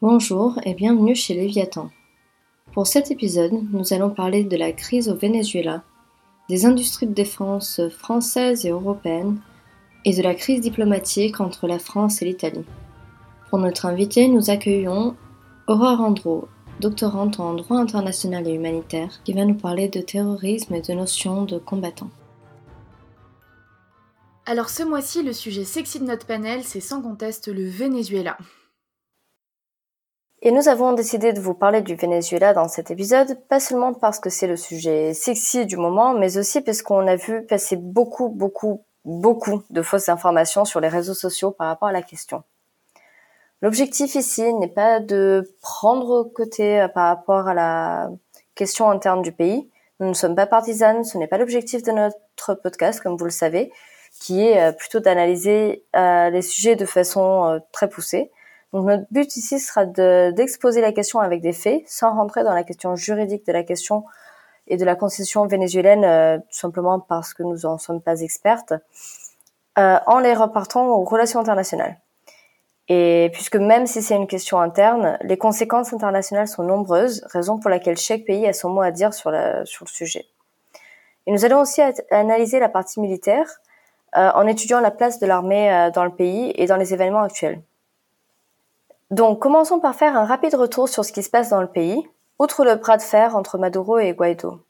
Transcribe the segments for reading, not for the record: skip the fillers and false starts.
Bonjour et bienvenue chez Léviathan. Pour cet épisode, nous allons parler de la crise au Venezuela, des industries de défense françaises et européennes et de la crise diplomatique entre la France et l'Italie. Pour notre invité, nous accueillons Aurore Andro, doctorante en droit international et humanitaire, qui va nous parler de terrorisme et de notions de combattants. Alors ce mois-ci, le sujet sexy de notre panel, c'est sans conteste le Venezuela. Et nous avons décidé de vous parler du Venezuela dans cet épisode, pas seulement parce que c'est le sujet sexy du moment, mais aussi parce qu'on a vu passer beaucoup de fausses informations sur les réseaux sociaux par rapport à la question. L'objectif ici n'est pas de prendre côté par rapport à la question interne du pays. Nous ne sommes pas partisanes, ce n'est pas l'objectif de notre podcast, comme vous le savez, qui est plutôt d'analyser les sujets de façon très poussée. Donc notre but ici sera d'exposer la question avec des faits, sans rentrer dans la question juridique de la question et de la constitution vénézuélienne, tout simplement parce que nous en sommes pas expertes, en les repartant aux relations internationales. Et puisque même si c'est une question interne, les conséquences internationales sont nombreuses, raison pour laquelle chaque pays a son mot à dire sur le sujet. Et nous allons aussi analyser la partie militaire en étudiant la place de l'armée dans le pays et dans les événements actuels. Donc, commençons par faire un rapide retour sur ce qui se passe dans le pays, outre le bras de fer entre Maduro et Guaido.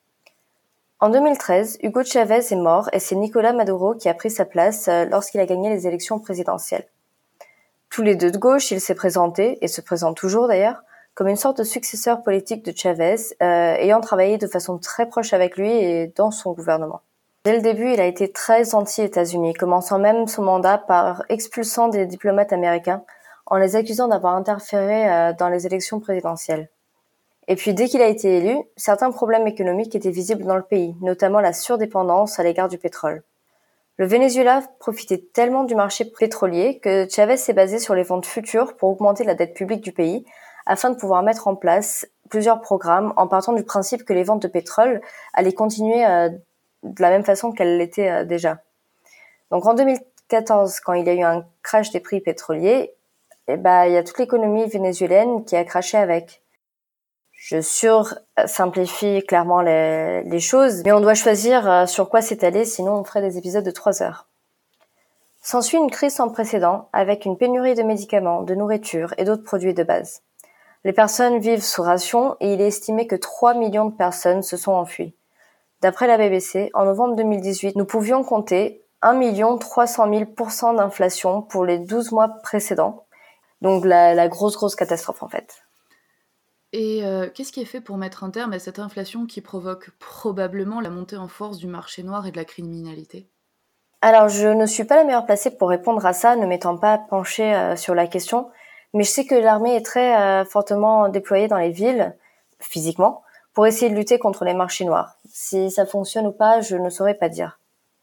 En 2013, Hugo Chavez est mort et c'est Nicolás Maduro qui a pris sa place lorsqu'il a gagné les élections présidentielles. Tous les deux de gauche, il s'est présenté, et se présente toujours d'ailleurs, comme une sorte de successeur politique de Chavez, ayant travaillé de façon très proche avec lui et dans son gouvernement. Dès le début, il a été très anti-États-Unis, commençant même son mandat par expulsant des diplomates américains en les accusant d'avoir interféré dans les élections présidentielles. Et puis dès qu'il a été élu, certains problèmes économiques étaient visibles dans le pays, notamment la surdépendance à l'égard du pétrole. Le Venezuela profitait tellement du marché pétrolier que Chavez s'est basé sur les ventes futures pour augmenter la dette publique du pays, afin de pouvoir mettre en place plusieurs programmes en partant du principe que les ventes de pétrole allaient continuer de la même façon qu'elles l'étaient déjà. Donc en 2014, quand il y a eu un crash des prix pétroliers, il y a toute l'économie vénézuélienne qui a crashé avec. Je sursimplifie clairement les choses, mais on doit choisir sur quoi s'étaler, sinon on ferait des épisodes de 3 heures. S'ensuit une crise sans précédent, avec une pénurie de médicaments, de nourriture et d'autres produits de base. Les personnes vivent sous ration et il est estimé que 3 millions de personnes se sont enfuies. D'après la BBC, en novembre 2018, nous pouvions compter 1 300 000% d'inflation pour les 12 mois précédents. Donc la grosse catastrophe en fait. Et qu'est-ce qui est fait pour mettre un terme à cette inflation qui provoque probablement la montée en force du marché noir et de la criminalité ? Alors, je ne suis pas la meilleure placée pour répondre à ça, ne m'étant pas penchée sur la question, mais je sais que l'armée est très fortement déployée dans les villes, physiquement, pour essayer de lutter contre les marchés noirs. Si ça fonctionne ou pas, je ne saurais pas dire.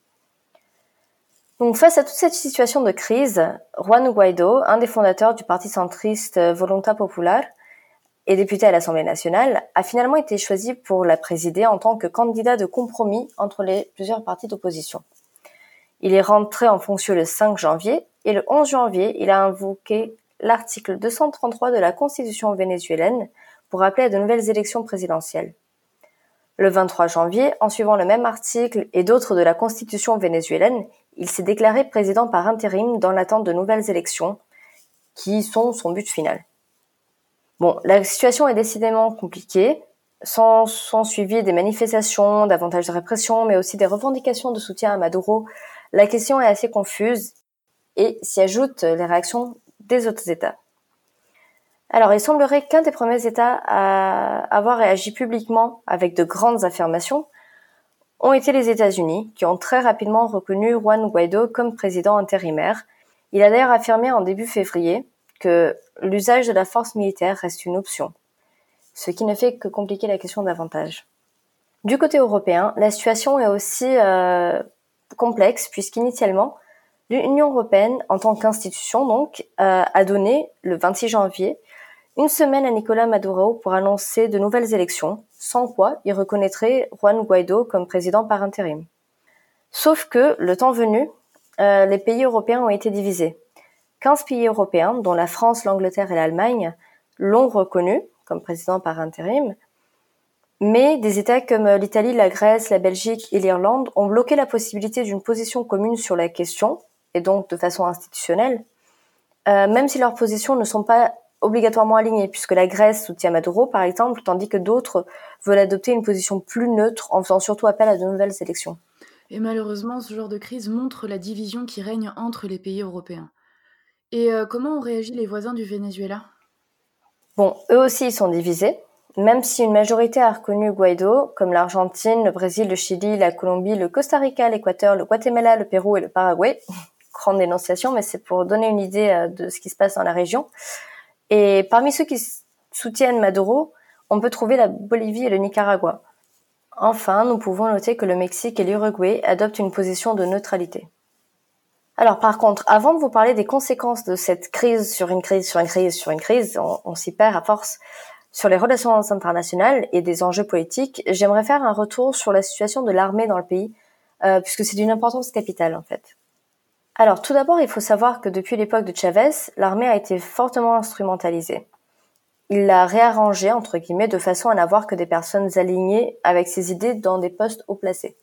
Donc, face à toute cette situation de crise, Juan Guaido, un des fondateurs du parti centriste Voluntad Popular et député à l'Assemblée nationale, a finalement été choisi pour la présider en tant que candidat de compromis entre les plusieurs partis d'opposition. Il est rentré en fonction le 5 janvier et le 11 janvier, il a invoqué l'article 233 de la Constitution vénézuélienne pour appeler à de nouvelles élections présidentielles. Le 23 janvier, en suivant le même article et d'autres de la Constitution vénézuélienne, il s'est déclaré président par intérim dans l'attente de nouvelles élections, qui sont son but final. Bon, la situation est décidément compliquée. Sont suivies des manifestations, davantage de répression, mais aussi des revendications de soutien à Maduro. La question est assez confuse et s'y ajoutent les réactions des autres États. Alors, il semblerait qu'un des premiers États à avoir réagi publiquement avec de grandes affirmations ont été les États-Unis, qui ont très rapidement reconnu Juan Guaido comme président intérimaire. Il a d'ailleurs affirmé en début février que l'usage de la force militaire reste une option, ce qui ne fait que compliquer la question davantage. Du côté européen, la situation est aussi complexe puisqu'initialement, l'Union européenne, en tant qu'institution donc, a donné, le 26 janvier, une semaine à Nicolás Maduro pour annoncer de nouvelles élections, sans quoi il reconnaîtrait Juan Guaido comme président par intérim. Sauf que, le temps venu, les pays européens ont été divisés, 15 pays européens, dont la France, l'Angleterre et l'Allemagne, l'ont reconnu comme président par intérim, mais des États comme l'Italie, la Grèce, la Belgique et l'Irlande ont bloqué la possibilité d'une position commune sur la question, et donc de façon institutionnelle, même si leurs positions ne sont pas obligatoirement alignées, puisque la Grèce soutient Maduro, par exemple, tandis que d'autres veulent adopter une position plus neutre en faisant surtout appel à de nouvelles élections. Et malheureusement, ce genre de crise montre la division qui règne entre les pays européens. Et comment ont réagi les voisins du Venezuela? Bon, eux aussi, ils sont divisés. Même si une majorité a reconnu Guaido, comme l'Argentine, le Brésil, le Chili, la Colombie, le Costa Rica, l'Équateur, le Guatemala, le Pérou et le Paraguay. Grande dénonciation, mais c'est pour donner une idée de ce qui se passe dans la région. Et parmi ceux qui soutiennent Maduro, on peut trouver la Bolivie et le Nicaragua. Enfin, nous pouvons noter que le Mexique et l'Uruguay adoptent une position de neutralité. Alors par contre, avant de vous parler des conséquences de cette crise sur une crise, on s'y perd à force, sur les relations internationales et des enjeux politiques, j'aimerais faire un retour sur la situation de l'armée dans le pays, puisque c'est d'une importance capitale en fait. Alors tout d'abord, il faut savoir que depuis l'époque de Chavez, l'armée a été fortement instrumentalisée. Il l'a réarrangée, entre guillemets, de façon à n'avoir que des personnes alignées avec ses idées dans des postes haut placés.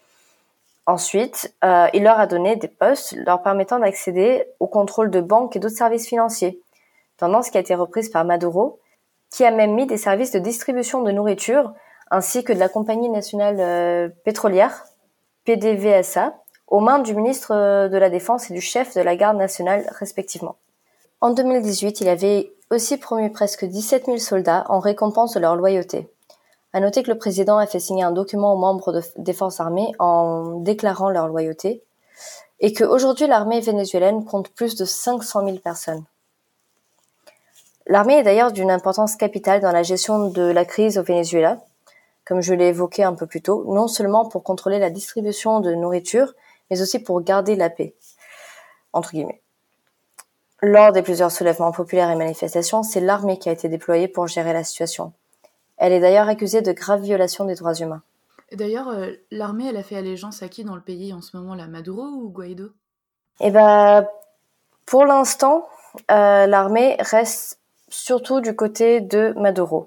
Ensuite, il leur a donné des postes leur permettant d'accéder au contrôle de banques et d'autres services financiers, tendance qui a été reprise par Maduro, qui a même mis des services de distribution de nourriture ainsi que de la Compagnie nationale pétrolière, PDVSA, aux mains du ministre de la Défense et du chef de la garde nationale respectivement. En 2018, il avait aussi promu presque 17 000 soldats en récompense de leur loyauté. À noter que le président a fait signer un document aux membres des forces armées en déclarant leur loyauté et qu'aujourd'hui l'armée vénézuélienne compte plus de 500 000 personnes. L'armée est d'ailleurs d'une importance capitale dans la gestion de la crise au Venezuela, comme je l'ai évoqué un peu plus tôt, non seulement pour contrôler la distribution de nourriture, mais aussi pour garder la paix, entre guillemets. Lors des plusieurs soulèvements populaires et manifestations, c'est l'armée qui a été déployée pour gérer la situation. Elle est d'ailleurs accusée de graves violations des droits humains. Et d'ailleurs, l'armée, elle a fait allégeance à qui dans le pays en ce moment, là, Maduro ou Guaido? Eh ben, pour l'instant, l'armée reste surtout du côté de Maduro.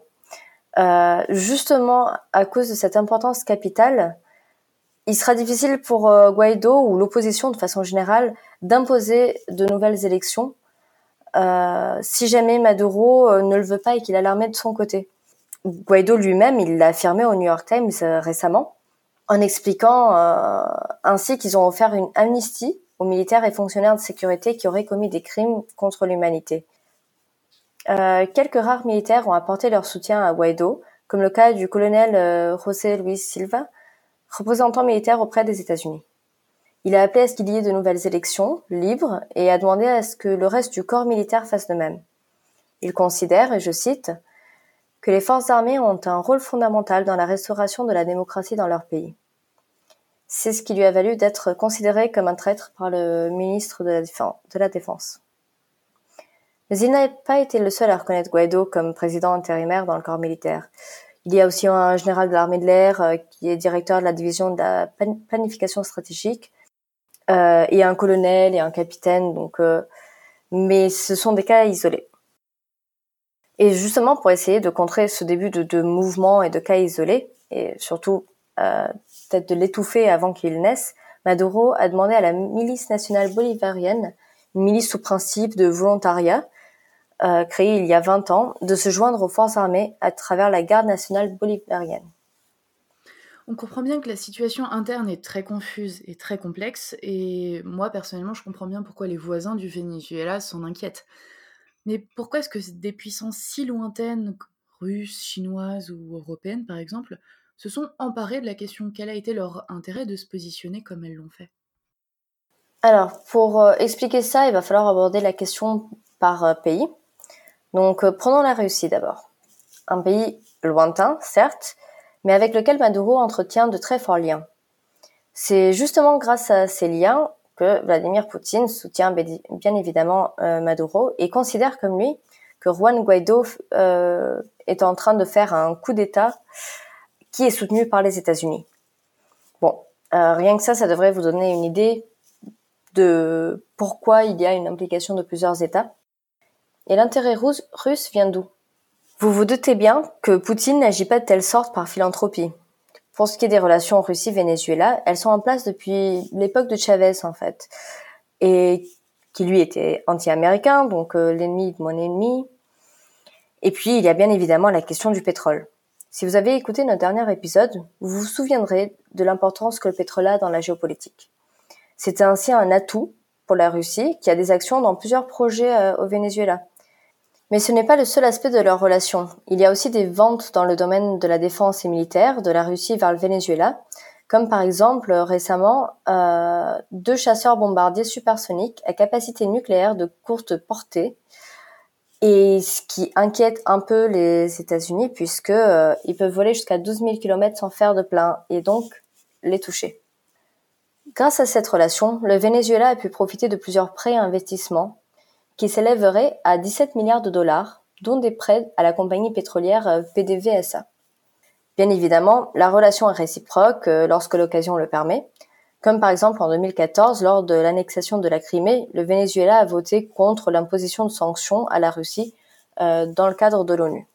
Justement, à cause de cette importance capitale, il sera difficile pour Guaido ou l'opposition de façon générale d'imposer de nouvelles élections si jamais Maduro ne le veut pas et qu'il a l'armée de son côté. Guaido lui-même, il l'a affirmé au New York Times récemment, en expliquant ainsi qu'ils ont offert une amnistie aux militaires et fonctionnaires de sécurité qui auraient commis des crimes contre l'humanité. Quelques rares militaires ont apporté leur soutien à Guaido, comme le cas du colonel José Luis Silva, représentant militaire auprès des États-Unis. Il a appelé à ce qu'il y ait de nouvelles élections, libres, et a demandé à ce que le reste du corps militaire fasse de même. Il considère, et je cite, que les forces armées ont un rôle fondamental dans la restauration de la démocratie dans leur pays. C'est ce qui lui a valu d'être considéré comme un traître par le ministre de la Défense. Mais il n'a pas été le seul à reconnaître Guaido comme président intérimaire dans le corps militaire. Il y a aussi un général de l'armée de l'air qui est directeur de la division de la planification stratégique, et un colonel et un capitaine, mais ce sont des cas isolés. Et justement, pour essayer de contrer ce début de mouvement et de cas isolés, et surtout peut-être de l'étouffer avant qu'il naisse, Maduro a demandé à la milice nationale bolivarienne, une milice sous principe de volontariat, créée il y a 20 ans, de se joindre aux forces armées à travers la garde nationale bolivarienne. On comprend bien que la situation interne est très confuse et très complexe, et moi personnellement je comprends bien pourquoi les voisins du Venezuela s'en inquiètent. Mais pourquoi est-ce que des puissances si lointaines, russes, chinoises ou européennes par exemple, se sont emparées de la question? Quel a été leur intérêt de se positionner comme elles l'ont fait? Alors, pour expliquer ça, il va falloir aborder la question par pays. Donc, prenons la Russie d'abord. Un pays lointain, certes, mais avec lequel Maduro entretient de très forts liens. C'est justement grâce à ces liens que Vladimir Poutine soutient bien évidemment Maduro et considère comme lui que Juan Guaido est en train de faire un coup d'État qui est soutenu par les États-Unis. Bon, rien que ça devrait vous donner une idée de pourquoi il y a une implication de plusieurs États. Et l'intérêt russe vient d'où? Vous vous doutez bien que Poutine n'agit pas de telle sorte par philanthropie. Pour ce qui est des relations Russie-Venezuela, elles sont en place depuis l'époque de Chavez, en fait. Et qui, lui, était anti-américain, donc l'ennemi de mon ennemi. Et puis, il y a bien évidemment la question du pétrole. Si vous avez écouté notre dernier épisode, vous vous souviendrez de l'importance que le pétrole a dans la géopolitique. C'est ainsi un atout pour la Russie, qui a des actions dans plusieurs projets au Venezuela. Mais ce n'est pas le seul aspect de leur relation. Il y a aussi des ventes dans le domaine de la défense et militaire de la Russie vers le Venezuela, comme par exemple récemment 2 chasseurs bombardiers supersoniques à capacité nucléaire de courte portée, et ce qui inquiète un peu les États-Unis puisque ils peuvent voler jusqu'à 12 000 km sans faire de plein et donc les toucher. Grâce à cette relation, le Venezuela a pu profiter de plusieurs prêts et investissements qui s'élèveraient à 17 milliards de dollars, dont des prêts à la compagnie pétrolière PDVSA. Bien évidemment, la relation est réciproque lorsque l'occasion le permet, comme par exemple en 2014, lors de l'annexation de la Crimée, le Venezuela a voté contre l'imposition de sanctions à la Russie dans le cadre de l'ONU.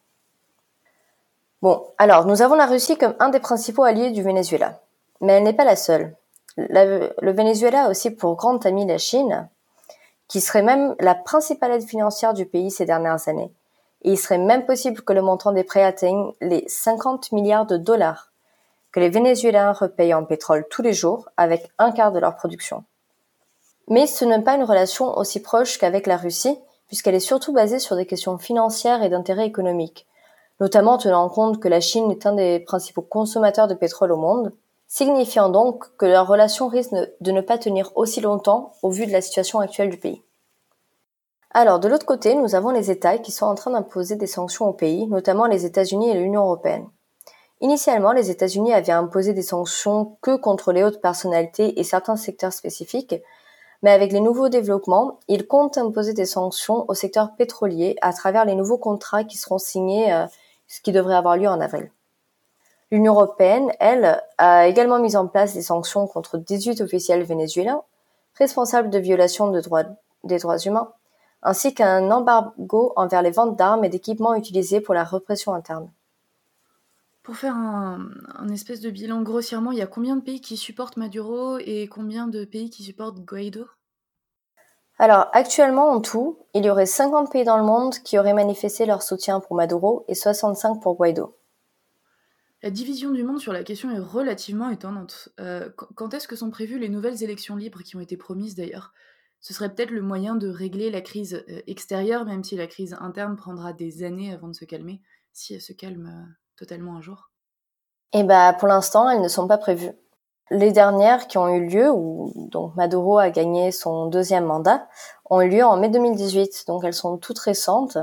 Bon, alors nous avons la Russie comme un des principaux alliés du Venezuela, mais elle n'est pas la seule. Le Venezuela a aussi pour grande amie la Chine, qui serait même la principale aide financière du pays ces dernières années. Et il serait même possible que le montant des prêts atteigne les 50 milliards de dollars que les Vénézuéliens repayent en pétrole tous les jours avec un quart de leur production. Mais ce n'est pas une relation aussi proche qu'avec la Russie, puisqu'elle est surtout basée sur des questions financières et d'intérêt économique, notamment tenant compte que la Chine est un des principaux consommateurs de pétrole au monde, signifiant donc que leur relation risque de ne pas tenir aussi longtemps au vu de la situation actuelle du pays. Alors, de l'autre côté, nous avons les États qui sont en train d'imposer des sanctions au pays, notamment les États-Unis et l'Union européenne. Initialement, les États-Unis avaient imposé des sanctions que contre les hautes personnalités et certains secteurs spécifiques, mais avec les nouveaux développements, ils comptent imposer des sanctions au secteur pétrolier à travers les nouveaux contrats qui seront signés, ce qui devrait avoir lieu en avril. L'Union européenne, elle, a également mis en place des sanctions contre 18 officiels vénézuéliens, responsables de violations des droits humains, ainsi qu'un embargo envers les ventes d'armes et d'équipements utilisés pour la répression interne. Pour faire un espèce de bilan grossièrement, il y a combien de pays qui supportent Maduro et combien de pays qui supportent Guaido? Alors, actuellement, en tout, il y aurait 50 pays dans le monde qui auraient manifesté leur soutien pour Maduro et 65 pour Guaido. La division du monde sur la question est relativement étonnante. Quand est-ce que sont prévues les nouvelles élections libres qui ont été promises d'ailleurs? Ce serait peut-être le moyen de régler la crise extérieure, même si la crise interne prendra des années avant de se calmer, si elle se calme totalement un jour. Et pour l'instant, elles ne sont pas prévues. Les dernières qui ont eu lieu, où donc Maduro a gagné son 2e mandat, ont eu lieu en mai 2018, donc elles sont toutes récentes.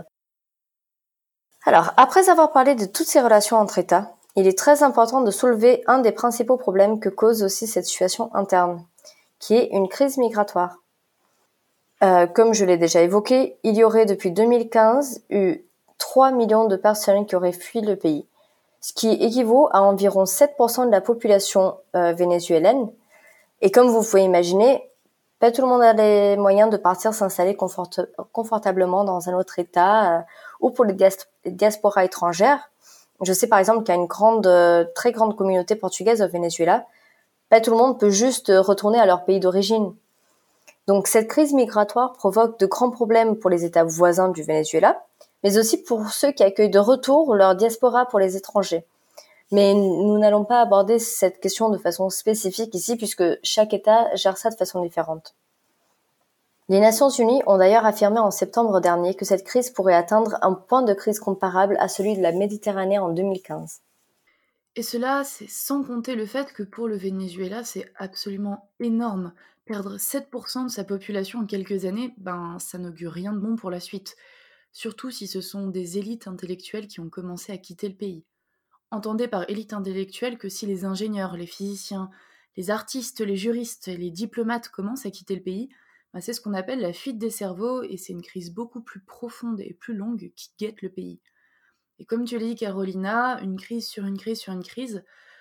Alors, après avoir parlé de toutes ces relations entre États, il est très important de soulever un des principaux problèmes que cause aussi cette situation interne, qui est une crise migratoire. Comme je l'ai déjà évoqué, il y aurait depuis 2015 eu 3 millions de personnes qui auraient fui le pays, ce qui équivaut à environ 7% de la population vénézuélienne. Et comme vous pouvez imaginer, pas tout le monde a les moyens de partir s'installer confortablement dans un autre État ou pour les diasporas étrangères. Je sais par exemple qu'il y a une très grande communauté portugaise au Venezuela. Pas tout le monde peut juste retourner à leur pays d'origine. Donc cette crise migratoire provoque de grands problèmes pour les États voisins du Venezuela, mais aussi pour ceux qui accueillent de retour leur diaspora pour les étrangers. Mais nous n'allons pas aborder cette question de façon spécifique ici, puisque chaque État gère ça de façon différente. Les Nations Unies ont d'ailleurs affirmé en septembre dernier que cette crise pourrait atteindre un point de crise comparable à celui de la Méditerranée en 2015. Et cela, c'est sans compter le fait que pour le Venezuela, c'est absolument énorme. Perdre 7% de sa population en quelques années, ça n'augure rien de bon pour la suite. Surtout si ce sont des élites intellectuelles qui ont commencé à quitter le pays. Entendez par élite intellectuelle que si les ingénieurs, les physiciens, les artistes, les juristes et les diplomates commencent à quitter le pays, c'est ce qu'on appelle la fuite des cerveaux et c'est une crise beaucoup plus profonde et plus longue qui guette le pays. Et comme tu l'as dit, Carolina, une crise sur une crise sur une crise,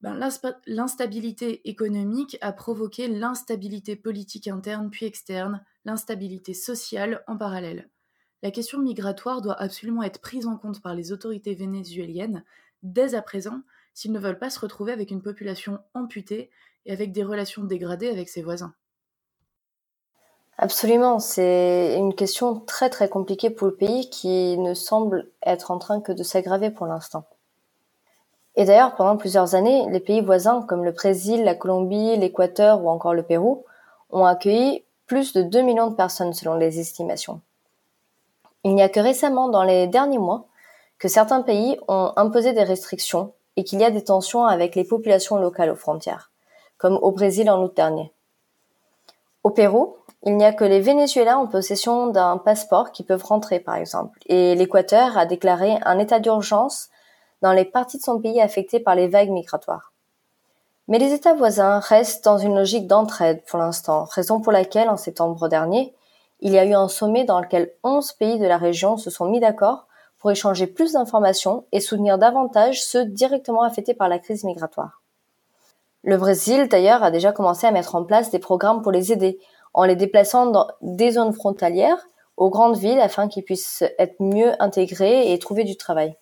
L'instabilité économique a provoqué l'instabilité politique interne puis externe, l'instabilité sociale en parallèle. La question migratoire doit absolument être prise en compte par les autorités vénézuéliennes dès à présent s'ils ne veulent pas se retrouver avec une population amputée et avec des relations dégradées avec ses voisins. Absolument, c'est une question très très compliquée pour le pays qui ne semble être en train que de s'aggraver pour l'instant. Et d'ailleurs, pendant plusieurs années, les pays voisins comme le Brésil, la Colombie, l'Équateur ou encore le Pérou ont accueilli plus de 2 millions de personnes selon les estimations. Il n'y a que récemment, dans les derniers mois, que certains pays ont imposé des restrictions et qu'il y a des tensions avec les populations locales aux frontières, comme au Brésil en août dernier. Au Pérou, il n'y a que les Vénézuéliens en possession d'un passeport qui peuvent rentrer, par exemple, et l'Équateur a déclaré un état d'urgence dans les parties de son pays affectées par les vagues migratoires. Mais les États voisins restent dans une logique d'entraide pour l'instant, raison pour laquelle, en septembre dernier, il y a eu un sommet dans lequel 11 pays de la région se sont mis d'accord pour échanger plus d'informations et soutenir davantage ceux directement affectés par la crise migratoire. Le Brésil, d'ailleurs, a déjà commencé à mettre en place des programmes pour les aider, en les déplaçant dans des zones frontalières aux grandes villes afin qu'ils puissent être mieux intégrés et trouver du travail.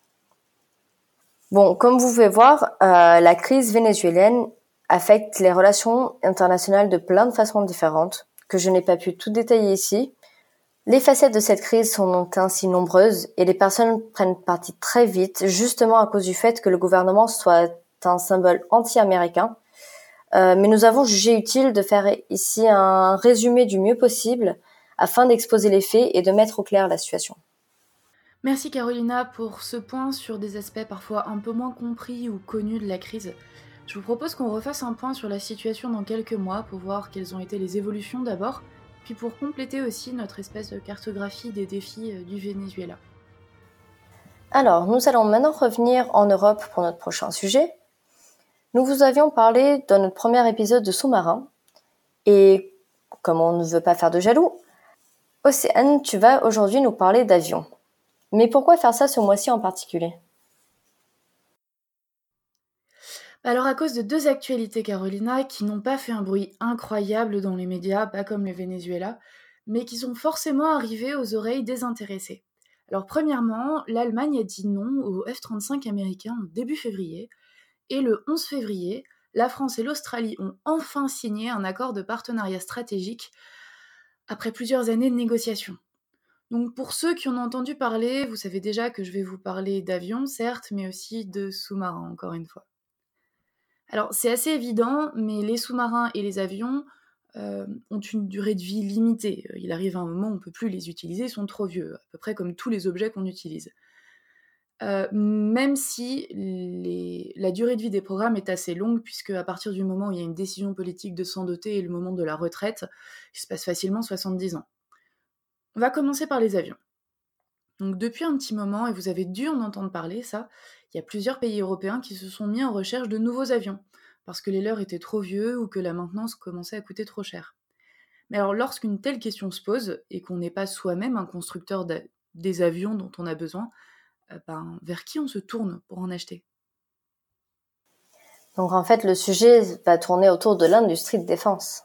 Bon, comme vous pouvez voir, la crise vénézuélienne affecte les relations internationales de plein de façons différentes, que je n'ai pas pu tout détailler ici. Les facettes de cette crise sont ainsi nombreuses et les personnes prennent parti très vite, justement à cause du fait que le gouvernement soit un symbole anti-américain. Mais nous avons jugé utile de faire ici un résumé du mieux possible afin d'exposer les faits et de mettre au clair la situation. Merci Carolina pour ce point sur des aspects parfois un peu moins compris ou connus de la crise. Je vous propose qu'on refasse un point sur la situation dans quelques mois pour voir quelles ont été les évolutions d'abord, puis pour compléter aussi notre espèce de cartographie des défis du Venezuela. Alors, nous allons maintenant revenir en Europe pour notre prochain sujet. Nous vous avions parlé dans notre premier épisode de sous-marin, et comme on ne veut pas faire de jaloux, Océane, tu vas aujourd'hui nous parler d'avions. Mais pourquoi faire ça ce mois-ci en particulier ? Alors à cause de deux actualités, Carolina, qui n'ont pas fait un bruit incroyable dans les médias, pas comme le Venezuela, mais qui sont forcément arrivées aux oreilles des intéressés. Alors premièrement, l'Allemagne a dit non au F-35 américain en début février, et le 11 février, la France et l'Australie ont enfin signé un accord de partenariat stratégique après plusieurs années de négociations. Donc pour ceux qui en ont entendu parler, vous savez déjà que je vais vous parler d'avions, certes, mais aussi de sous-marins, encore une fois. Alors c'est assez évident, mais les sous-marins et les avions ont une durée de vie limitée. Il arrive un moment où on ne peut plus les utiliser, ils sont trop vieux, à peu près comme tous les objets qu'on utilise. Même si la durée de vie des programmes est assez longue, puisque à partir du moment où il y a une décision politique de s'en doter et le moment de la retraite, il se passe facilement 70 ans. On va commencer par les avions. Donc depuis un petit moment, et vous avez dû en entendre parler, ça, il y a plusieurs pays européens qui se sont mis en recherche de nouveaux avions, parce que les leurs étaient trop vieux ou que la maintenance commençait à coûter trop cher. Mais alors lorsqu'une telle question se pose, et qu'on n'est pas soi-même un constructeur des avions dont on a besoin, vers qui on se tourne pour en acheter ? Donc en fait, le sujet va tourner autour de l'industrie de défense.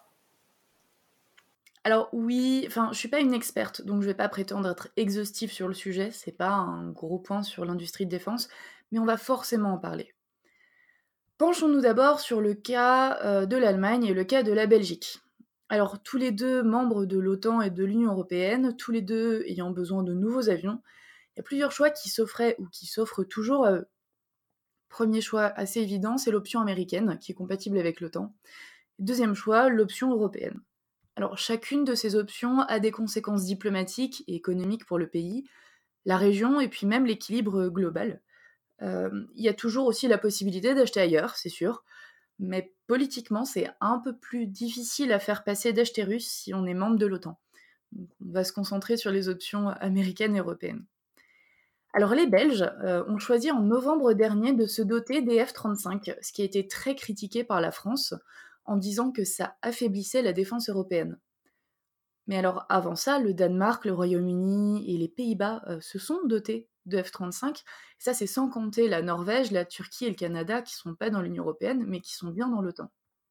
Alors oui, je suis pas une experte, donc je vais pas prétendre être exhaustive sur le sujet, c'est pas un gros point sur l'industrie de défense, mais on va forcément en parler. Penchons-nous d'abord sur le cas de l'Allemagne et le cas de la Belgique. Alors tous les deux membres de l'OTAN et de l'Union européenne, tous les deux ayant besoin de nouveaux avions, il y a plusieurs choix qui s'offraient ou qui s'offrent toujours à eux. Premier choix assez évident, c'est l'option américaine, qui est compatible avec l'OTAN. Deuxième choix, l'option européenne. Alors chacune de ces options a des conséquences diplomatiques et économiques pour le pays, la région et puis même l'équilibre global. Il y a toujours aussi la possibilité d'acheter ailleurs, c'est sûr, mais politiquement c'est un peu plus difficile à faire passer d'acheter russe si on est membre de l'OTAN. Donc, on va se concentrer sur les options américaines et européennes. Alors les Belges ont choisi en novembre dernier de se doter des F-35, ce qui a été très critiqué par la France, en disant que ça affaiblissait la défense européenne. Mais alors avant ça, le Danemark, le Royaume-Uni et les Pays-Bas se sont dotés de F-35. Et ça, c'est sans compter la Norvège, la Turquie et le Canada qui sont pas dans l'Union européenne, mais qui sont bien dans l'OTAN.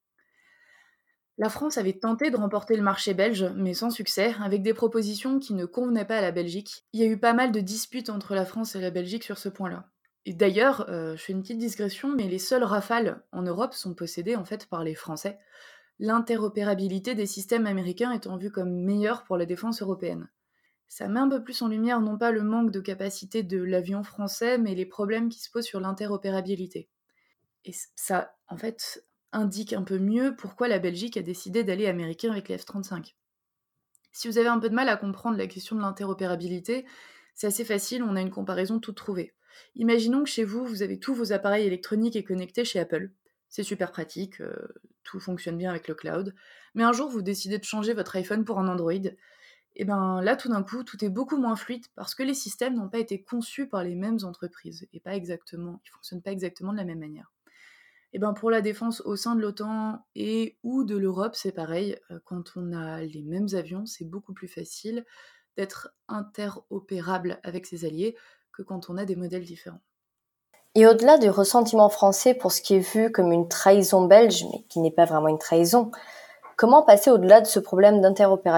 La France avait tenté de remporter le marché belge, mais sans succès, avec des propositions qui ne convenaient pas à la Belgique. Il y a eu pas mal de disputes entre la France et la Belgique sur ce point-là. Et d'ailleurs, je fais une petite digression, mais les seuls Rafales en Europe sont possédés en fait par les Français, l'interopérabilité des systèmes américains étant vue comme meilleure pour la défense européenne. Ça met un peu plus en lumière non pas le manque de capacité de l'avion français, mais les problèmes qui se posent sur l'interopérabilité. Et ça, en fait, indique un peu mieux pourquoi la Belgique a décidé d'aller américain avec les F-35. Si vous avez un peu de mal à comprendre la question de l'interopérabilité, c'est assez facile, on a une comparaison toute trouvée. Imaginons que chez vous, vous avez tous vos appareils électroniques et connectés chez Apple. C'est super pratique, tout fonctionne bien avec le cloud. Mais un jour, vous décidez de changer votre iPhone pour un Android. Et bien là, tout d'un coup, tout est beaucoup moins fluide parce que les systèmes n'ont pas été conçus par les mêmes entreprises et pas exactement, ils fonctionnent pas exactement de la même manière. Et ben pour la défense au sein de l'OTAN et ou de l'Europe, c'est pareil. Quand on a les mêmes avions, c'est beaucoup plus facile d'être interopérable avec ses alliés que quand on a des modèles différents. Et au-delà du ressentiment français pour ce qui est vu comme une trahison belge, mais qui n'est pas vraiment une trahison, comment passer au-delà de ce problème d'interopérabilité ?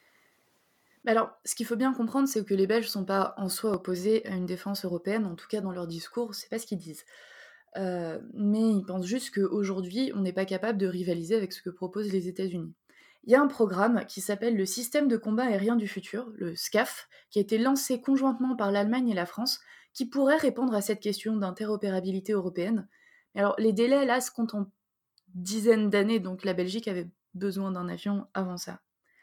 Alors, ce qu'il faut bien comprendre, c'est que les Belges ne sont pas en soi opposés à une défense européenne, en tout cas dans leur discours, c'est pas ce qu'ils disent. Mais ils pensent juste qu'aujourd'hui, on n'est pas capable de rivaliser avec ce que proposent les États-Unis. Il y a un programme qui s'appelle le Système de combat aérien du futur, le SCAF, qui a été lancé conjointement par l'Allemagne et la France, qui pourrait répondre à cette question d'interopérabilité européenne. Alors, les délais, là, se comptent en dizaines d'années, donc la Belgique avait besoin d'un avion avant ça.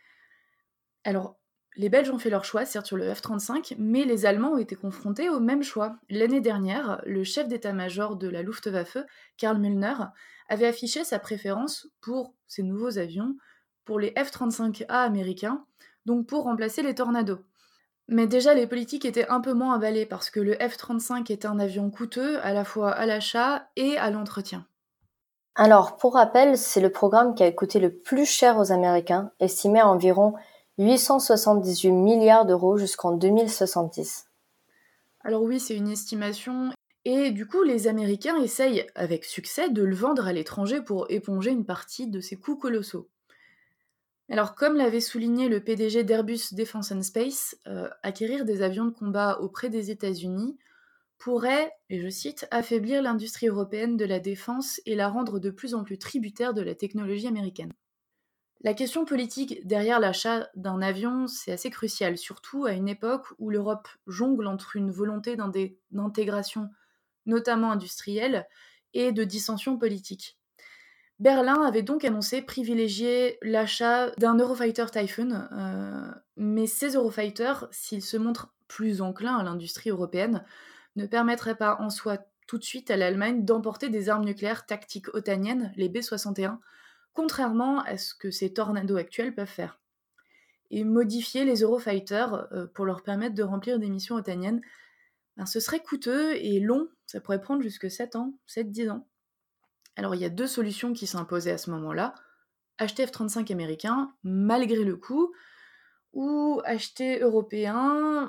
Alors, les Belges ont fait leur choix, certes sur le F-35, mais les Allemands ont été confrontés au même choix. L'année dernière, le chef d'état-major de la Luftwaffe, Karl Müllner, avait affiché sa préférence pour ces nouveaux avions, pour les F-35A américains, donc pour remplacer les Tornado. Mais déjà, les politiques étaient un peu moins emballés parce que le F-35 est un avion coûteux à la fois à l'achat et à l'entretien. Alors, pour rappel, c'est le programme qui a coûté le plus cher aux Américains, estimé à environ 878 milliards d'euros jusqu'en 2070. Alors oui, c'est une estimation. Et du coup, les Américains essayent, avec succès, de le vendre à l'étranger pour éponger une partie de ces coûts colossaux. Alors, comme l'avait souligné le PDG d'Airbus Defence and Space, acquérir des avions de combat auprès des États-Unis pourrait, et je cite, affaiblir l'industrie européenne de la défense et la rendre de plus en plus tributaire de la technologie américaine. La question politique derrière l'achat d'un avion, c'est assez crucial, surtout à une époque où l'Europe jongle entre une volonté d'intégration, notamment industrielle, et de dissension politique. Berlin avait donc annoncé privilégier l'achat d'un Eurofighter Typhoon, mais ces Eurofighters, s'ils se montrent plus enclins à l'industrie européenne, ne permettraient pas en soi tout de suite à l'Allemagne d'emporter des armes nucléaires tactiques otaniennes, les B-61, contrairement à ce que ces tornados actuels peuvent faire. Et modifier les Eurofighters pour leur permettre de remplir des missions otaniennes, ben, ce serait coûteux et long, ça pourrait prendre jusque 7 ans, 7-10 ans. Alors il y a deux solutions qui s'imposaient à ce moment-là. Acheter F-35 américain, malgré le coût, ou acheter européen,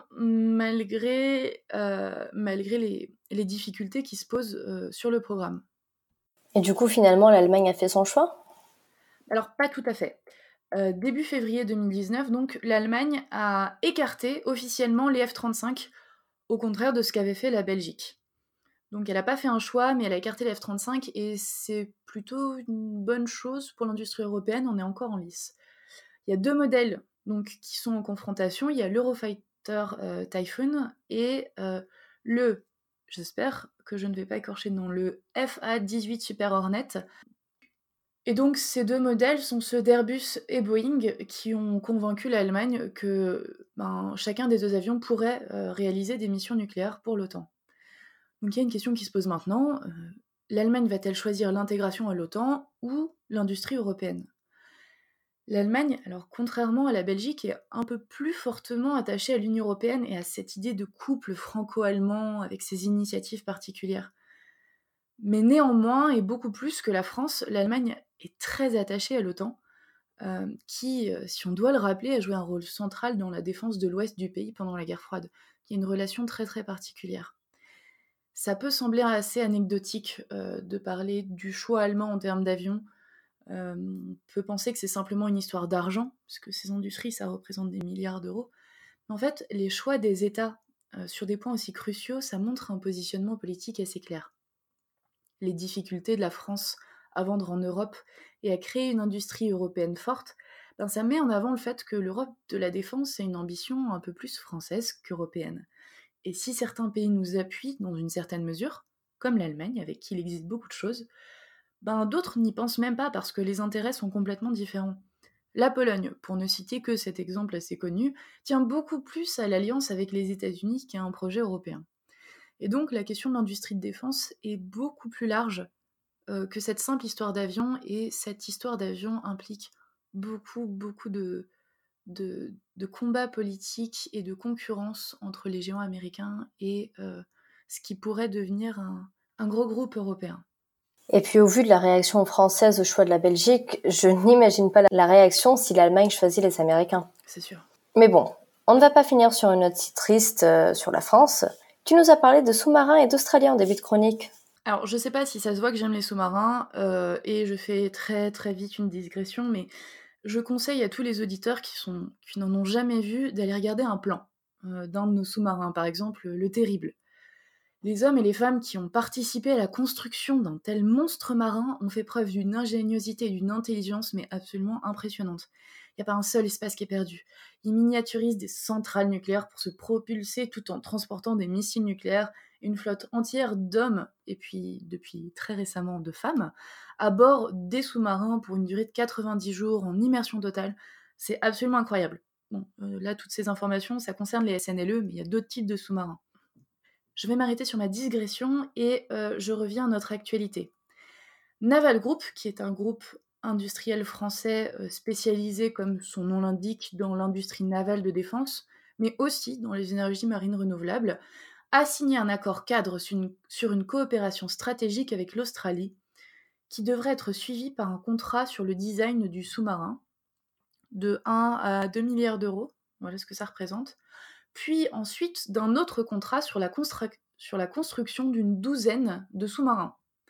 malgré les difficultés qui se posent sur le programme. Et du coup, finalement, l'Allemagne a fait son choix ? Alors pas tout à fait. Début février 2019, donc, l'Allemagne a écarté officiellement les F-35, au contraire de ce qu'avait fait la Belgique. Donc elle n'a pas fait un choix, mais elle a écarté les F-35, et c'est plutôt une bonne chose pour l'industrie européenne, on est encore en lice. Il y a deux modèles donc, qui sont en confrontation, il y a l'Eurofighter Typhoon et j'espère que je ne vais pas écorcher le nom, le FA-18 Super Hornet. Et donc ces deux modèles sont ceux d'Airbus et Boeing qui ont convaincu l'Allemagne que chacun des deux avions pourrait réaliser des missions nucléaires pour l'OTAN. Donc il y a une question qui se pose maintenant, l'Allemagne va-t-elle choisir l'intégration à l'OTAN ou l'industrie européenne ? L'Allemagne, alors contrairement à la Belgique, est un peu plus fortement attachée à l'Union européenne et à cette idée de couple franco-allemand avec ses initiatives particulières. Mais néanmoins, et beaucoup plus que la France, l'Allemagne est très attachée à l'OTAN, qui, si on doit le rappeler, a joué un rôle central dans la défense de l'ouest du pays pendant la guerre froide, qui est une relation très très particulière. Ça peut sembler assez anecdotique de parler du choix allemand en termes d'avions. On peut penser que c'est simplement une histoire d'argent, puisque ces industries, ça représente des milliards d'euros. Mais en fait, les choix des États sur des points aussi cruciaux, ça montre un positionnement politique assez clair. Les difficultés de la France à vendre en Europe et à créer une industrie européenne forte, ça met en avant le fait que l'Europe de la défense a une ambition un peu plus française qu'européenne. Et si certains pays nous appuient dans une certaine mesure, comme l'Allemagne, avec qui il existe beaucoup de choses, d'autres n'y pensent même pas parce que les intérêts sont complètement différents. La Pologne, pour ne citer que cet exemple assez connu, tient beaucoup plus à l'alliance avec les États-Unis qu'à un projet européen. Et donc la question de l'industrie de défense est beaucoup plus large que cette simple histoire d'avion, et cette histoire d'avion implique beaucoup de combats politiques et de concurrence entre les géants américains et ce qui pourrait devenir un gros groupe européen. Et puis au vu de la réaction française au choix de la Belgique, je n'imagine pas la réaction si l'Allemagne choisit les Américains. C'est sûr. Mais bon, on ne va pas finir sur une note si triste sur la France. Tu nous as parlé de sous-marins et d'Australiens en début de chronique. Alors, je sais pas si ça se voit que j'aime les sous-marins, et je fais très très vite une digression, mais je conseille à tous les auditeurs qui n'en ont jamais vu d'aller regarder un plan d'un de nos sous-marins, par exemple le Terrible. Les hommes et les femmes qui ont participé à la construction d'un tel monstre marin ont fait preuve d'une ingéniosité et d'une intelligence mais absolument impressionnante. Il n'y a pas un seul espace qui est perdu. Ils miniaturisent des centrales nucléaires pour se propulser tout en transportant des missiles nucléaires, une flotte entière d'hommes, et puis depuis très récemment de femmes, à bord des sous-marins pour une durée de 90 jours en immersion totale. C'est absolument incroyable. Bon, là, toutes ces informations, ça concerne les SNLE, mais il y a d'autres types de sous-marins. Je vais m'arrêter sur ma digression et je reviens à notre actualité. Naval Group, qui est un groupe industriel français spécialisé, comme son nom l'indique, dans l'industrie navale de défense, mais aussi dans les énergies marines renouvelables, a signé un accord cadre sur une coopération stratégique avec l'Australie, qui devrait être suivi par un contrat sur le design du sous-marin, de 1 à 2 milliards d'euros, voilà ce que ça représente, puis ensuite d'un autre contrat sur la construction d'une douzaine de sous-marins.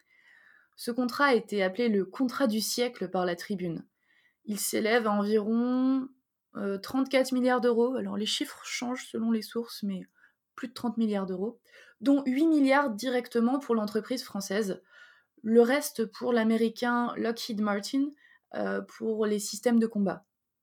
Ce contrat a été appelé le contrat du siècle par la Tribune. Il s'élève à environ 34 milliards d'euros, alors les chiffres changent selon les sources, mais plus de 30 milliards d'euros, dont 8 milliards directement pour l'entreprise française, le reste pour l'américain Lockheed Martin pour les systèmes de combat.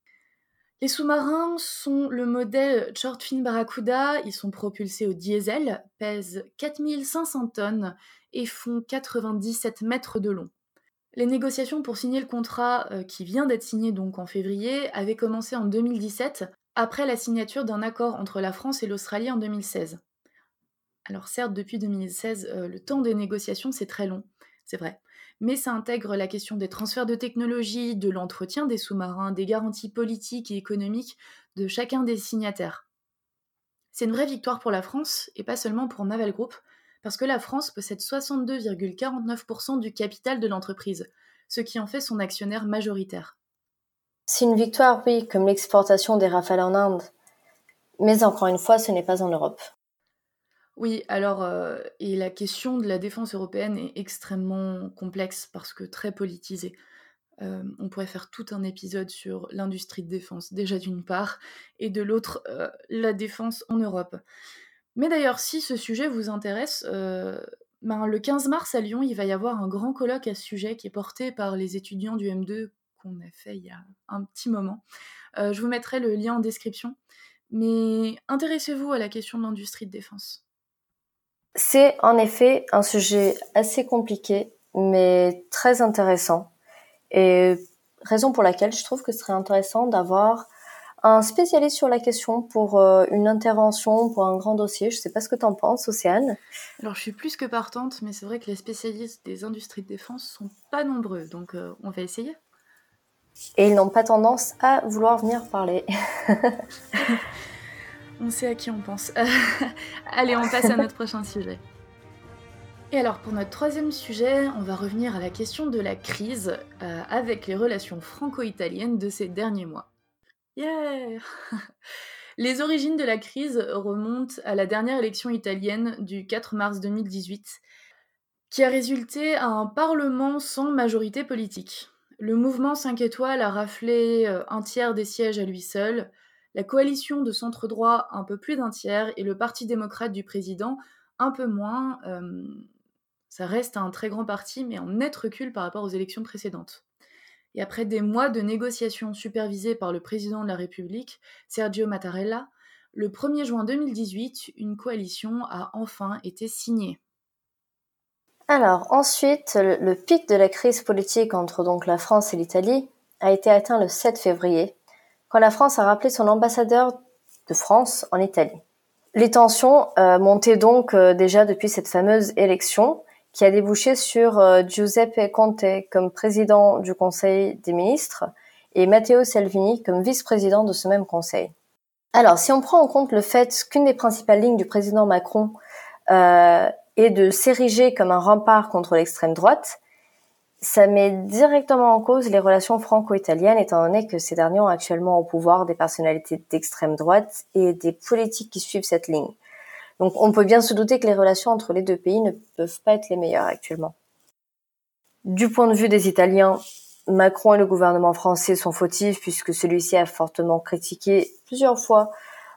Les sous-marins sont le modèle Shortfin Barracuda, ils sont propulsés au diesel, pèsent 4500 tonnes et font 97 mètres de long. Les négociations pour signer le contrat, qui vient d'être signé donc en février, avaient commencé en 2017, après la signature d'un accord entre la France et l'Australie en 2016. Alors certes, depuis 2016, le temps des négociations, c'est très long, c'est vrai. Mais ça intègre la question des transferts de technologie, de l'entretien des sous-marins, des garanties politiques et économiques de chacun des signataires. C'est une vraie victoire pour la France, et pas seulement pour Naval Group, parce que la France possède 62,49% du capital de l'entreprise, ce qui en fait son actionnaire majoritaire. C'est une victoire, oui, comme l'exportation des Rafales en Inde. Mais encore une fois, ce n'est pas en Europe. Oui, alors, et la question de la défense européenne est extrêmement complexe parce que très politisée. On pourrait faire tout un épisode sur l'industrie de défense, déjà d'une part, et de l'autre, la défense en Europe. Mais d'ailleurs, si ce sujet vous intéresse, le 15 mars à Lyon, il va y avoir un grand colloque à ce sujet qui est porté par les étudiants du M2 qu'on a fait il y a un petit moment. Je vous mettrai le lien en description. Mais intéressez-vous à la question de l'industrie de défense. C'est en effet un sujet assez compliqué, mais très intéressant. Et raison pour laquelle je trouve que ce serait intéressant d'avoir un spécialiste sur la question pour une intervention, pour un grand dossier. Je sais pas ce que t'en penses, Océane. Alors je suis plus que partante, mais c'est vrai que les spécialistes des industries de défense sont pas nombreux, donc on va essayer. Et ils n'ont pas tendance à vouloir venir parler. On sait à qui on pense. Allez, on passe à notre prochain sujet. Et alors pour notre troisième sujet, on va revenir à la question de la crise avec les relations franco-italiennes de ces derniers mois. Yeah. Les origines de la crise remontent à la dernière élection italienne du 4 mars 2018, qui a résulté à un parlement sans majorité politique. Le mouvement 5 étoiles a raflé un tiers des sièges à lui seul, la coalition de centre-droit un peu plus d'un tiers et le parti démocrate du président un peu moins. Ça reste un très grand parti, mais en net recul par rapport aux élections précédentes. Et après des mois de négociations supervisées par le président de la République, Sergio Mattarella, le 1er juin 2018, une coalition a enfin été signée. Alors ensuite, le pic de la crise politique entre donc la France et l'Italie a été atteint le 7 février, quand la France a rappelé son ambassadeur de France en Italie. Les tensions montaient donc déjà depuis cette fameuse élection, qui a débouché sur Giuseppe Conte comme président du Conseil des ministres et Matteo Salvini comme vice-président de ce même conseil. Alors, si on prend en compte le fait qu'une des principales lignes du président Macron est de s'ériger comme un rempart contre l'extrême droite, ça met directement en cause les relations franco-italiennes, étant donné que ces derniers ont actuellement au pouvoir des personnalités d'extrême droite et des politiques qui suivent cette ligne. Donc on peut bien se douter que les relations entre les deux pays ne peuvent pas être les meilleures actuellement. Du point de vue des Italiens, Macron et le gouvernement français sont fautifs puisque celui-ci a fortement critiqué plusieurs fois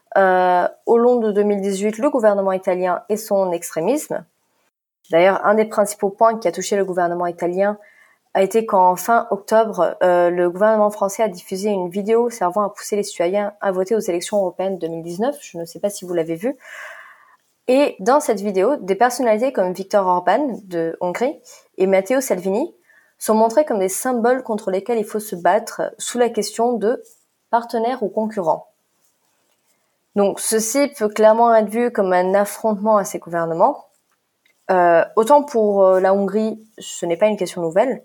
au long de 2018 le gouvernement italien et son extrémisme. D'ailleurs, un des principaux points qui a touché le gouvernement italien a été qu'en fin octobre, le gouvernement français a diffusé une vidéo servant à pousser les citoyens à voter aux élections européennes 2019. Je ne sais pas si vous l'avez vu. Et dans cette vidéo, des personnalités comme Viktor Orban de Hongrie et Matteo Salvini sont montrés comme des symboles contre lesquels il faut se battre sous la question de partenaires ou concurrents. Donc ceci peut clairement être vu comme un affrontement à ces gouvernements. Autant pour la Hongrie, ce n'est pas une question nouvelle.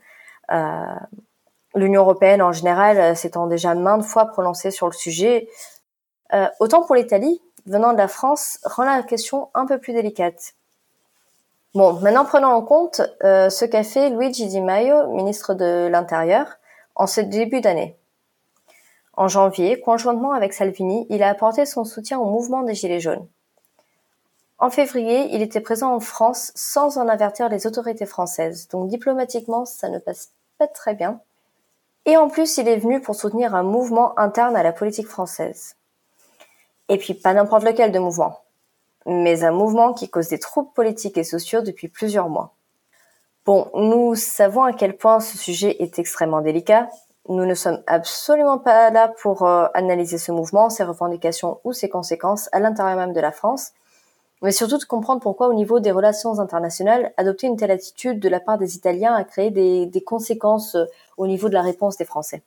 L'Union européenne en général s'étant déjà maintes fois prononcée sur le sujet. Autant pour l'Italie, venant de la France, rend la question un peu plus délicate. Bon, maintenant prenons en compte ce qu'a fait Luigi Di Maio, ministre de l'Intérieur, en ce début d'année. En janvier, conjointement avec Salvini, il a apporté son soutien au mouvement des Gilets jaunes. En février, il était présent en France sans en avertir les autorités françaises, donc diplomatiquement, ça ne passe pas très bien. Et en plus, il est venu pour soutenir un mouvement interne à la politique française. Et puis pas n'importe lequel de mouvement, mais un mouvement qui cause des troubles politiques et sociaux depuis plusieurs mois. Bon, nous savons à quel point ce sujet est extrêmement délicat. Nous ne sommes absolument pas là pour analyser ce mouvement, ses revendications ou ses conséquences à l'intérieur même de la France, mais surtout de comprendre pourquoi au niveau des relations internationales, adopter une telle attitude de la part des Italiens a créé des conséquences au niveau de la réponse des Français.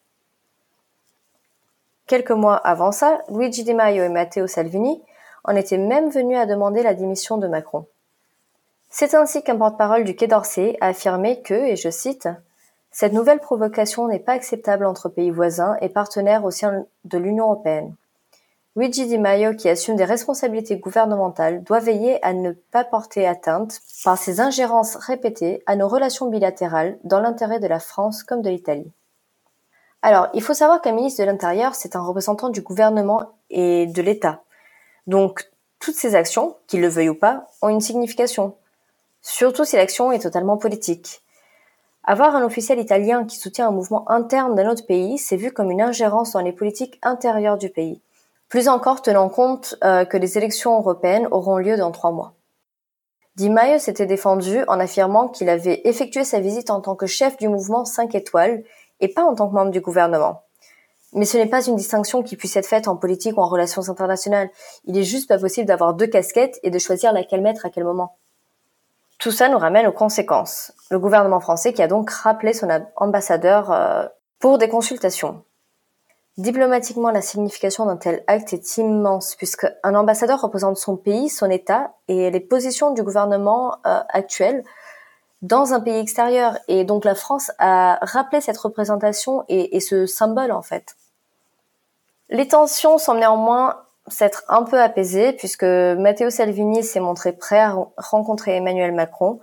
Quelques mois avant ça, Luigi Di Maio et Matteo Salvini en étaient même venus à demander la démission de Macron. C'est ainsi qu'un porte-parole du Quai d'Orsay a affirmé que, et je cite, « Cette nouvelle provocation n'est pas acceptable entre pays voisins et partenaires au sein de l'Union européenne. Luigi Di Maio, qui assume des responsabilités gouvernementales, doit veiller à ne pas porter atteinte, par ses ingérences répétées, à nos relations bilatérales dans l'intérêt de la France comme de l'Italie. » Alors, il faut savoir qu'un ministre de l'Intérieur, c'est un représentant du gouvernement et de l'État. Donc, toutes ces actions, qu'ils le veuillent ou pas, ont une signification. Surtout si l'action est totalement politique. Avoir un officiel italien qui soutient un mouvement interne d'un autre pays, c'est vu comme une ingérence dans les politiques intérieures du pays. Plus encore tenant compte que les élections européennes auront lieu dans 3 mois. Di Maio s'était défendu en affirmant qu'il avait effectué sa visite en tant que chef du mouvement 5 étoiles et pas en tant que membre du gouvernement. Mais ce n'est pas une distinction qui puisse être faite en politique ou en relations internationales. Il est juste pas possible d'avoir 2 casquettes et de choisir laquelle mettre à quel moment. Tout ça nous ramène aux conséquences. Le gouvernement français qui a donc rappelé son ambassadeur pour des consultations. Diplomatiquement, la signification d'un tel acte est immense puisque un ambassadeur représente son pays, son État et les positions du gouvernement actuel dans un pays extérieur. Et donc la France a rappelé cette représentation et ce symbole en fait. Les tensions semblent néanmoins s'être un peu apaisées puisque Matteo Salvini s'est montré prêt à rencontrer Emmanuel Macron,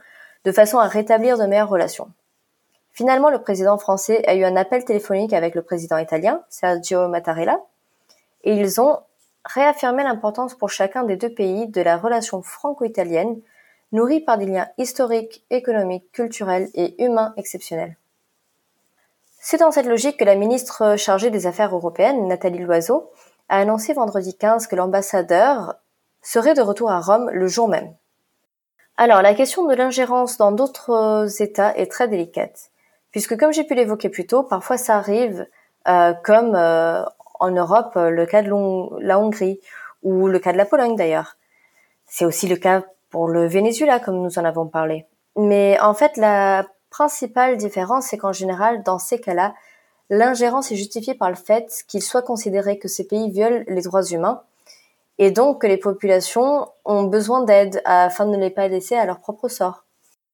de façon à rétablir de meilleures relations. Finalement, le président français a eu un appel téléphonique avec le président italien, Sergio Mattarella, et ils ont réaffirmé l'importance pour chacun des deux pays de la relation franco-italienne, nourrie par des liens historiques, économiques, culturels et humains exceptionnels. C'est dans cette logique que la ministre chargée des Affaires européennes, Nathalie Loiseau, a annoncé vendredi 15 que l'ambassadeur serait de retour à Rome le jour même. Alors, la question de l'ingérence dans d'autres États est très délicate, puisque comme j'ai pu l'évoquer plus tôt, parfois ça arrive, comme en Europe, le cas de la Hongrie, ou le cas de la Pologne d'ailleurs. C'est aussi le cas pour le Venezuela, comme nous en avons parlé. Mais en fait, la principale différence, c'est qu'en général, dans ces cas-là, l'ingérence est justifiée par le fait qu'il soit considéré que ces pays violent les droits humains, et donc que les populations ont besoin d'aide afin de ne les pas laisser à leur propre sort.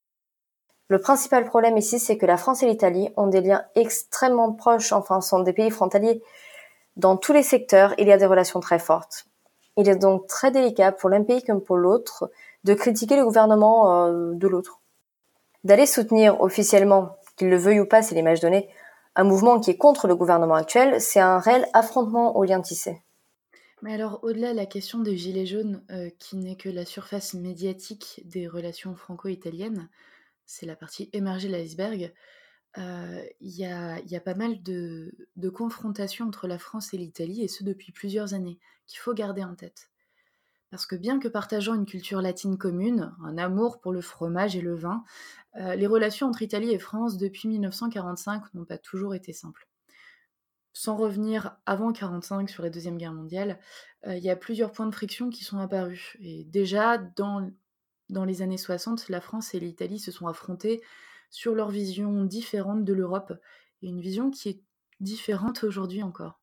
Le principal problème ici, c'est que la France et l'Italie ont des liens extrêmement proches, enfin sont des pays frontaliers. Dans tous les secteurs, il y a des relations très fortes. Il est donc très délicat pour l'un pays comme pour l'autre de critiquer le gouvernement de l'autre. D'aller soutenir officiellement, qu'il le veuille ou pas, c'est l'image donnée, un mouvement qui est contre le gouvernement actuel, c'est un réel affrontement aux liens tissés. Mais alors, au-delà de la question des gilets jaunes, qui n'est que la surface médiatique des relations franco-italiennes, c'est la partie émergée de l'iceberg, il y a pas mal de confrontations entre la France et l'Italie, et ce depuis plusieurs années, qu'il faut garder en tête. Parce que bien que partageant une culture latine commune, un amour pour le fromage et le vin, les relations entre Italie et France depuis 1945 n'ont pas toujours été simples. Sans revenir avant 1945 sur la Deuxième Guerre mondiale, il y a plusieurs points de friction qui sont apparus. Et déjà, dans les années 60, la France et l'Italie se sont affrontées sur leur vision différente de l'Europe, et une vision qui est différente aujourd'hui encore.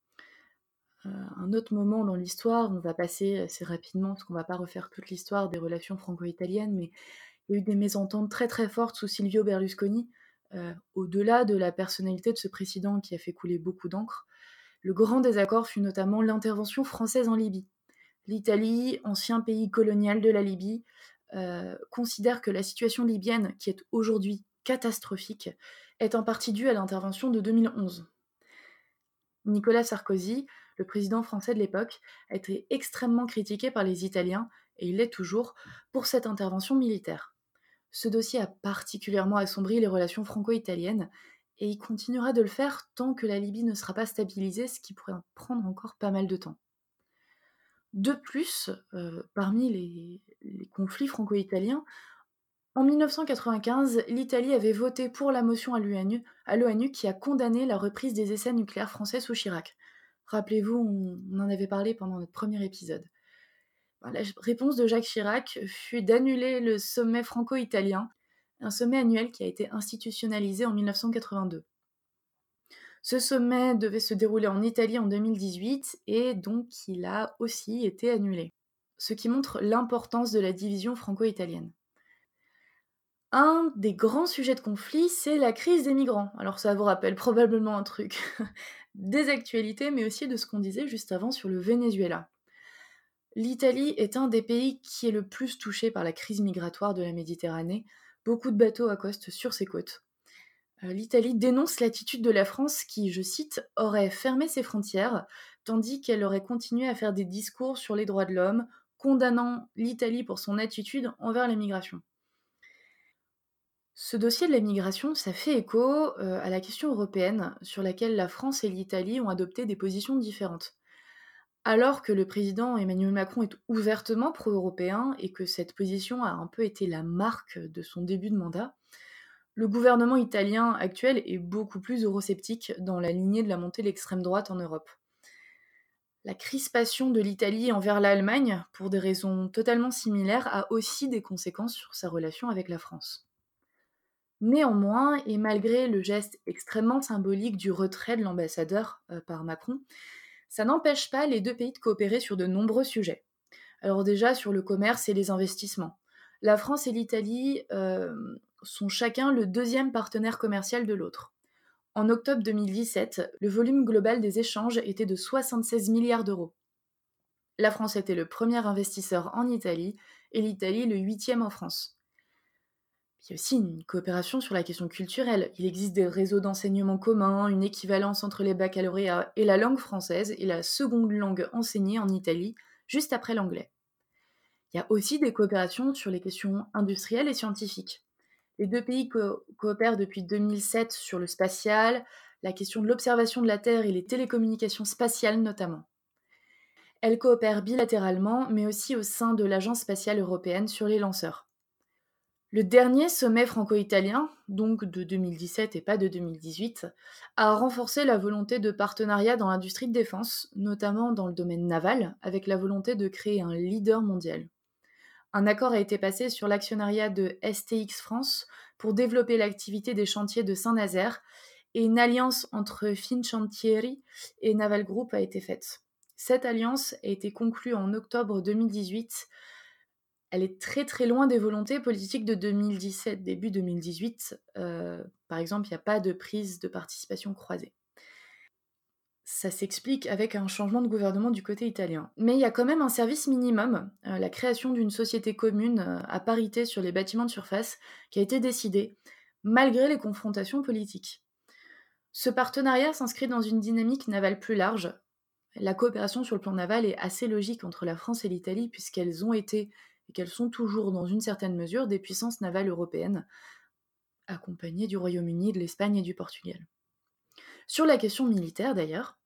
Un autre moment dans l'histoire, on va passer assez rapidement, parce qu'on ne va pas refaire toute l'histoire des relations franco-italiennes, mais il y a eu des mésententes très très fortes sous Silvio Berlusconi, au-delà de la personnalité de ce président qui a fait couler beaucoup d'encre. Le grand désaccord fut notamment l'intervention française en Libye. L'Italie, ancien pays colonial de la Libye, considère que la situation libyenne, qui est aujourd'hui catastrophique, est en partie due à l'intervention de 2011. Nicolas Sarkozy, le président français de l'époque, a été extrêmement critiqué par les Italiens, et il l'est toujours, pour cette intervention militaire. Ce dossier a particulièrement assombri les relations franco-italiennes, et il continuera de le faire tant que la Libye ne sera pas stabilisée, ce qui pourrait prendre encore pas mal de temps. De plus, parmi les conflits franco-italiens, en 1995, l'Italie avait voté pour la motion à l'ONU qui a condamné la reprise des essais nucléaires français sous Chirac. Rappelez-vous, on en avait parlé pendant notre premier épisode. La réponse de Jacques Chirac fut d'annuler le sommet franco-italien, un sommet annuel qui a été institutionnalisé en 1982. Ce sommet devait se dérouler en Italie en 2018 et donc il a aussi été annulé. Ce qui montre l'importance de la division franco-italienne. Un des grands sujets de conflit, c'est la crise des migrants. Alors ça vous rappelle probablement un truc des actualités, mais aussi de ce qu'on disait juste avant sur le Venezuela. L'Italie est un des pays qui est le plus touché par la crise migratoire de la Méditerranée. Beaucoup de bateaux accostent sur ses côtes. L'Italie dénonce l'attitude de la France qui, je cite, aurait fermé ses frontières, tandis qu'elle aurait continué à faire des discours sur les droits de l'homme, condamnant l'Italie pour son attitude envers les migrations. Ce dossier de la migration, ça fait écho à la question européenne, sur laquelle la France et l'Italie ont adopté des positions différentes. Alors que le président Emmanuel Macron est ouvertement pro-européen et que cette position a un peu été la marque de son début de mandat, le gouvernement italien actuel est beaucoup plus eurosceptique dans la lignée de la montée de l'extrême droite en Europe. La crispation de l'Italie envers l'Allemagne, pour des raisons totalement similaires, a aussi des conséquences sur sa relation avec la France. Néanmoins, et malgré le geste extrêmement symbolique du retrait de l'ambassadeur par Macron, ça n'empêche pas les deux pays de coopérer sur de nombreux sujets. Alors déjà, sur le commerce et les investissements. La France et l'Italie sont chacun le deuxième partenaire commercial de l'autre. En octobre 2017, le volume global des échanges était de 76 milliards d'euros. La France était le premier investisseur en Italie et l'Italie le 8e en France. Il y a aussi une coopération sur la question culturelle. Il existe des réseaux d'enseignement communs, une équivalence entre les baccalauréats et la langue française et la seconde langue enseignée en Italie, juste après l'anglais. Il y a aussi des coopérations sur les questions industrielles et scientifiques. Les deux pays coopèrent depuis 2007 sur le spatial, la question de l'observation de la Terre et les télécommunications spatiales notamment. Elles coopèrent bilatéralement, mais aussi au sein de l'Agence spatiale européenne sur les lanceurs. Le dernier sommet franco-italien, donc de 2017 et pas de 2018, a renforcé la volonté de partenariat dans l'industrie de défense, notamment dans le domaine naval, avec la volonté de créer un leader mondial. Un accord a été passé sur l'actionnariat de STX France pour développer l'activité des chantiers de Saint-Nazaire et une alliance entre Fincantieri et Naval Group a été faite. Cette alliance a été conclue en octobre 2018. Elle est très très loin des volontés politiques de 2017, début 2018. Par exemple, il n'y a pas de prise de participation croisée. Ça s'explique avec un changement de gouvernement du côté italien. Mais il y a quand même un service minimum, la création d'une société commune à parité sur les bâtiments de surface, qui a été décidée, malgré les confrontations politiques. Ce partenariat s'inscrit dans une dynamique navale plus large. La coopération sur le plan naval est assez logique entre la France et l'Italie, puisqu'elles ont été, et qu'elles sont toujours dans une certaine mesure, des puissances navales européennes, accompagnées du Royaume-Uni, de l'Espagne et du Portugal. Sur la question militaire, d'ailleurs,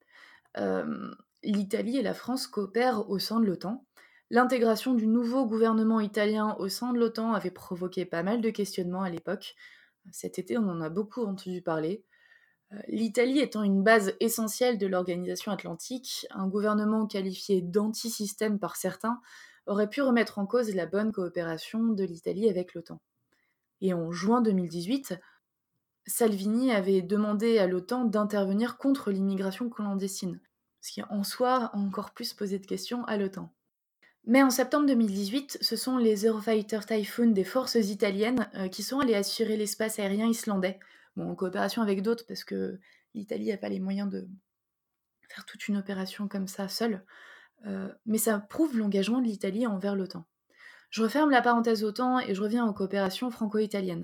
l'Italie et la France coopèrent au sein de l'OTAN. L'intégration du nouveau gouvernement italien au sein de l'OTAN avait provoqué pas mal de questionnements à l'époque. Cet été, on en a beaucoup entendu parler. L'Italie étant une base essentielle de l'organisation atlantique, un gouvernement qualifié d'anti-système par certains aurait pu remettre en cause la bonne coopération de l'Italie avec l'OTAN. Et en juin 2018, Salvini avait demandé à l'OTAN d'intervenir contre l'immigration clandestine, ce qui en soi a encore plus posé de questions à l'OTAN. Mais en septembre 2018, ce sont les Eurofighter Typhoon des forces italiennes qui sont allés assurer l'espace aérien islandais, en coopération avec d'autres, parce que l'Italie n'a pas les moyens de faire toute une opération comme ça seule, mais ça prouve l'engagement de l'Italie envers l'OTAN. Je referme la parenthèse OTAN et je reviens aux coopérations franco-italiennes.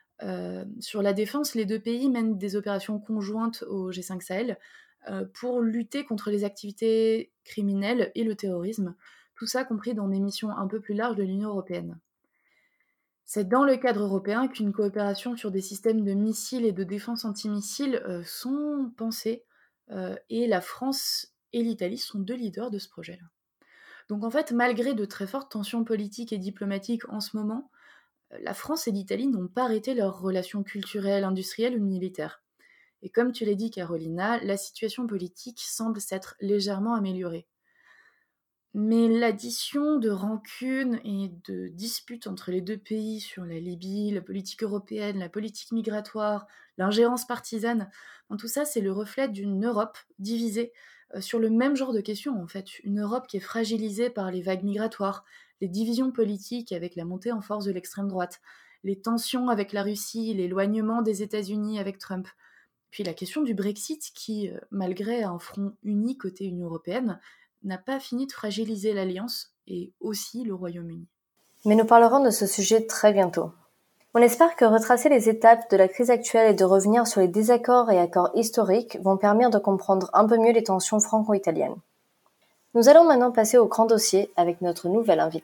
Sur la défense, les deux pays mènent des opérations conjointes au G5 Sahel pour lutter contre les activités criminelles et le terrorisme, tout ça compris dans des missions un peu plus larges de l'Union européenne. C'est dans le cadre européen qu'une coopération sur des systèmes de missiles et de défense antimissiles sont pensées, et la France et l'Italie sont deux leaders de ce projet-là. Donc en fait, malgré de très fortes tensions politiques et diplomatiques en ce moment, la France et l'Italie n'ont pas arrêté leurs relations culturelles, industrielles ou militaires. Et comme tu l'as dit, Carolina, la situation politique semble s'être légèrement améliorée. Mais l'addition de rancunes et de disputes entre les deux pays sur la Libye, la politique européenne, la politique migratoire, l'ingérence partisane, tout ça, c'est le reflet d'une Europe divisée sur le même genre de questions, en fait. Une Europe qui est fragilisée par les vagues migratoires, les divisions politiques avec la montée en force de l'extrême droite, les tensions avec la Russie, l'éloignement des États-Unis avec Trump. Puis la question du Brexit qui, malgré un front uni côté Union européenne, n'a pas fini de fragiliser l'Alliance et aussi le Royaume-Uni. Mais nous parlerons de ce sujet très bientôt. On espère que retracer les étapes de la crise actuelle et de revenir sur les désaccords et accords historiques vont permettre de comprendre un peu mieux les tensions franco-italiennes. Nous allons maintenant passer au grand dossier avec notre nouvel invité.